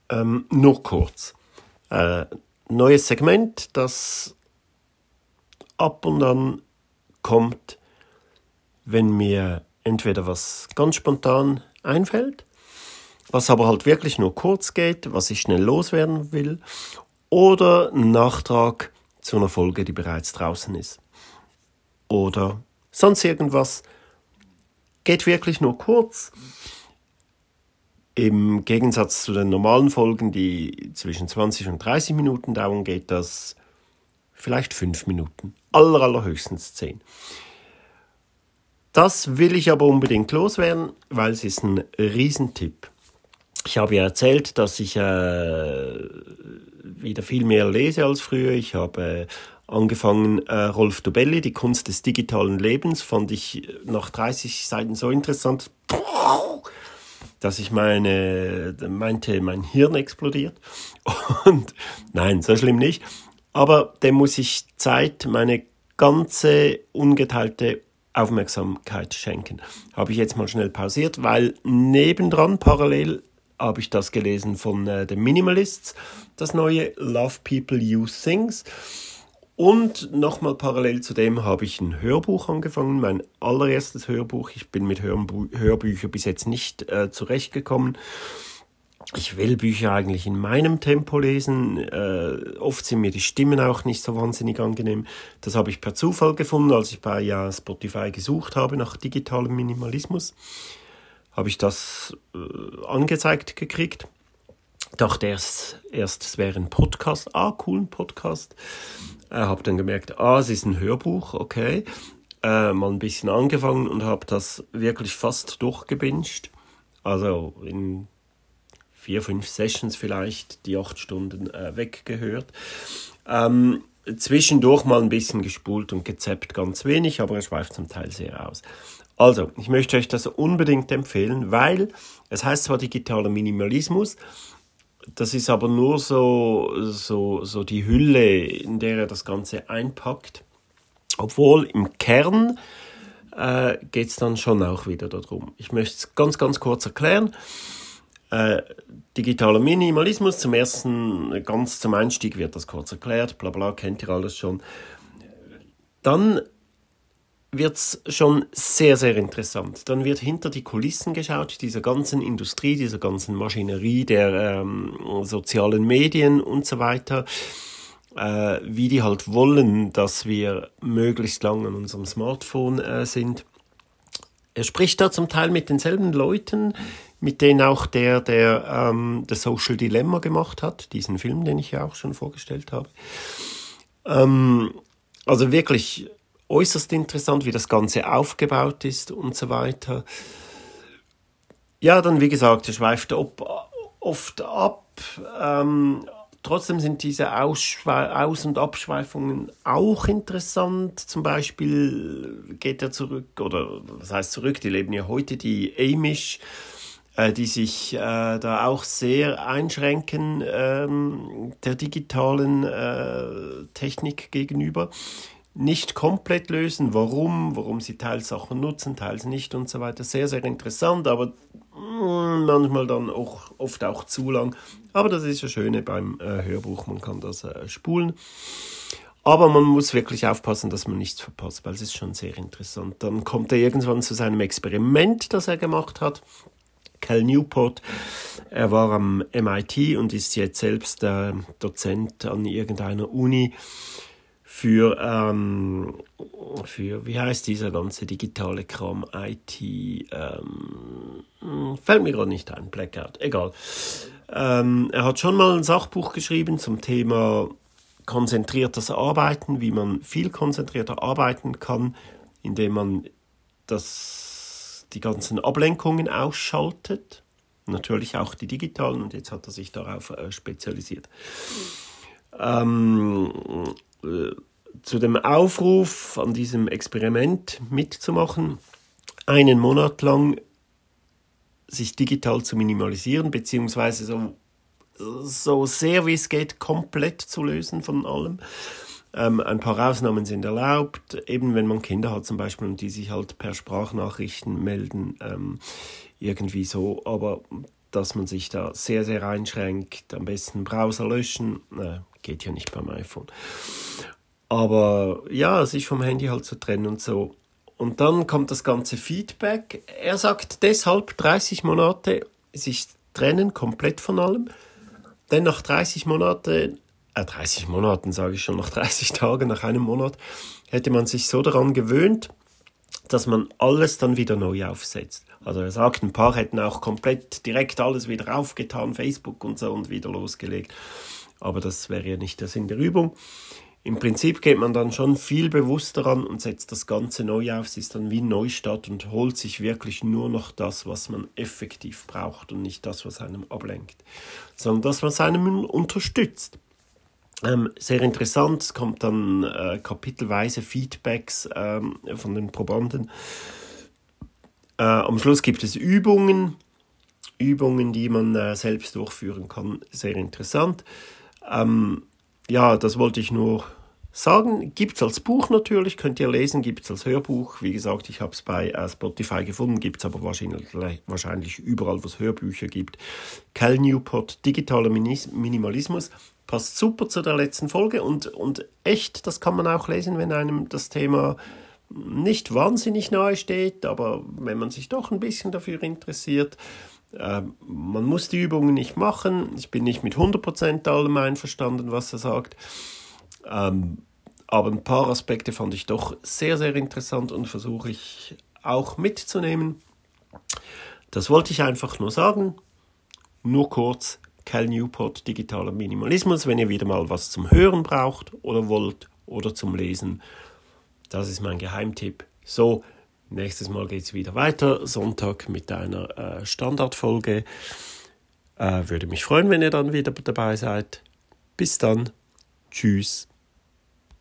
Nur kurz. Neues Segment, das ab und an kommt, wenn mir entweder was ganz spontan einfällt, was aber halt wirklich nur kurz geht, was ich schnell loswerden will, oder ein Nachtrag zu einer Folge, die bereits draußen ist. Oder sonst irgendwas. Geht wirklich nur kurz. Im Gegensatz zu den normalen Folgen, die zwischen 20 und 30 Minuten dauern, geht das vielleicht 5 Minuten. Allerhöchstens 10. Das will ich aber unbedingt loswerden, weil es ist ein Riesentipp. Ich habe ja erzählt, dass ich wieder viel mehr lese als früher. Ich habe angefangen, Rolf Dobelli, Die Kunst des digitalen Lebens, fand ich nach 30 Seiten so interessant, dass ich meinte, mein Hirn explodiert. Und nein, so schlimm nicht. Aber dem muss ich meine ganze ungeteilte Aufmerksamkeit schenken. Habe ich jetzt mal schnell pausiert, weil nebendran, parallel, habe ich das gelesen von den Minimalists, das neue Love People Use Things. Und nochmal parallel zu dem habe ich ein Hörbuch angefangen, mein allererstes Hörbuch. Ich bin mit Hörbüchern bis jetzt nicht zurechtgekommen. Ich will Bücher eigentlich in meinem Tempo lesen. Oft sind mir die Stimmen auch nicht so wahnsinnig angenehm. Das habe ich per Zufall gefunden, als ich bei Spotify gesucht habe nach digitalem Minimalismus. Habe ich das angezeigt gekriegt. Dachte erst, es wäre ein Podcast. Cool, ein Podcast. Habe dann gemerkt, es ist ein Hörbuch, okay. Mal ein bisschen angefangen und habe das wirklich fast durchgebinged. Also in 4-5 Sessions vielleicht, die 8 Stunden weggehört. Zwischendurch mal ein bisschen gespult und gezappt, ganz wenig, aber es schweift zum Teil sehr aus. Also, ich möchte euch das unbedingt empfehlen, weil es heißt zwar digitaler Minimalismus, das ist aber nur so die Hülle, in der er das Ganze einpackt. Obwohl im Kern geht es dann schon auch wieder darum. Ich möchte es ganz, ganz kurz erklären. Digitaler Minimalismus, ganz zum Einstieg wird das kurz erklärt, bla bla, kennt ihr alles schon. Dann wird es schon sehr, sehr interessant. Dann wird hinter die Kulissen geschaut, dieser ganzen Industrie, dieser ganzen Maschinerie der sozialen Medien und so weiter, wie die halt wollen, dass wir möglichst lang an unserem Smartphone sind. Er spricht da zum Teil mit denselben Leuten, mit denen auch der The Social Dilemma gemacht hat, diesen Film, den ich ja auch schon vorgestellt habe. Also wirklich äußerst interessant, wie das Ganze aufgebaut ist und so weiter. Ja, dann wie gesagt, er schweift oft ab. Trotzdem sind diese Aus- und Abschweifungen auch interessant. Zum Beispiel geht er zurück, oder was heißt zurück, die leben ja heute, die Amish, die sich da auch sehr einschränken der digitalen Technik gegenüber. Nicht komplett lösen, warum sie teils Sachen nutzen, teils nicht und so weiter. Sehr, sehr interessant, aber manchmal dann auch oft auch zu lang. Aber das ist das Schöne beim Hörbuch, man kann das spulen. Aber man muss wirklich aufpassen, dass man nichts verpasst, weil es ist schon sehr interessant. Dann kommt er irgendwann zu seinem Experiment, das er gemacht hat. Cal Newport, er war am MIT und ist jetzt selbst Dozent an irgendeiner Uni für wie heißt dieser ganze digitale Kram, IT, fällt mir gerade nicht ein, Blackout, egal. Er hat schon mal ein Sachbuch geschrieben zum Thema konzentriertes Arbeiten, wie man viel konzentrierter arbeiten kann, indem man die ganzen Ablenkungen ausschaltet, natürlich auch die digitalen, und jetzt hat er sich darauf spezialisiert. Zu dem Aufruf, an diesem Experiment mitzumachen, 1 Monat lang sich digital zu minimalisieren, beziehungsweise so sehr wie es geht, komplett zu lösen von allem. Ein paar Ausnahmen sind erlaubt, eben wenn man Kinder hat zum Beispiel und die sich halt per Sprachnachrichten melden, irgendwie so, aber dass man sich da sehr, sehr einschränkt. Am besten Browser löschen. Geht ja nicht beim iPhone. Aber ja, sich vom Handy halt zu trennen und so. Und dann kommt das ganze Feedback. Er sagt deshalb 30 Monate sich trennen, komplett von allem. Denn nach 30 Monaten sage ich schon, nach 30 Tagen, nach einem Monat, hätte man sich so daran gewöhnt, dass man alles dann wieder neu aufsetzt. Also er sagt, ein paar hätten auch komplett direkt alles wieder aufgetan, Facebook und so, und wieder losgelegt. Aber das wäre ja nicht der Sinn der Übung. Im Prinzip geht man dann schon viel bewusster ran und setzt das Ganze neu auf. Es ist dann wie ein Neustart und holt sich wirklich nur noch das, was man effektiv braucht und nicht das, was einem ablenkt, sondern das, was einem unterstützt. Sehr interessant, es kommt dann kapitelweise Feedbacks von den Probanden. Am Schluss gibt es Übungen, die man selbst durchführen kann. Sehr interessant. Ja, das wollte ich nur sagen. Gibt es als Buch natürlich, könnt ihr lesen, gibt es als Hörbuch. Wie gesagt, ich habe es bei Spotify gefunden, gibt es aber wahrscheinlich überall, wo es Hörbücher gibt. Cal Newport, Digitaler Minimalismus, passt super zu der letzten Folge und echt, das kann man auch lesen, wenn einem das Thema nicht wahnsinnig nahe steht, aber wenn man sich doch ein bisschen dafür interessiert. Man muss die Übungen nicht machen. Ich bin nicht mit 100% allem einverstanden, was er sagt. Aber ein paar Aspekte fand ich doch sehr, sehr interessant und versuche ich auch mitzunehmen. Das wollte ich einfach nur sagen. Nur kurz, Cal Newport, digitaler Minimalismus, wenn ihr wieder mal was zum Hören braucht oder wollt oder zum Lesen. Das ist mein Geheimtipp. So, nächstes Mal geht es wieder weiter, Sonntag mit einer Standardfolge. Würde mich freuen, wenn ihr dann wieder dabei seid. Bis dann. Tschüss.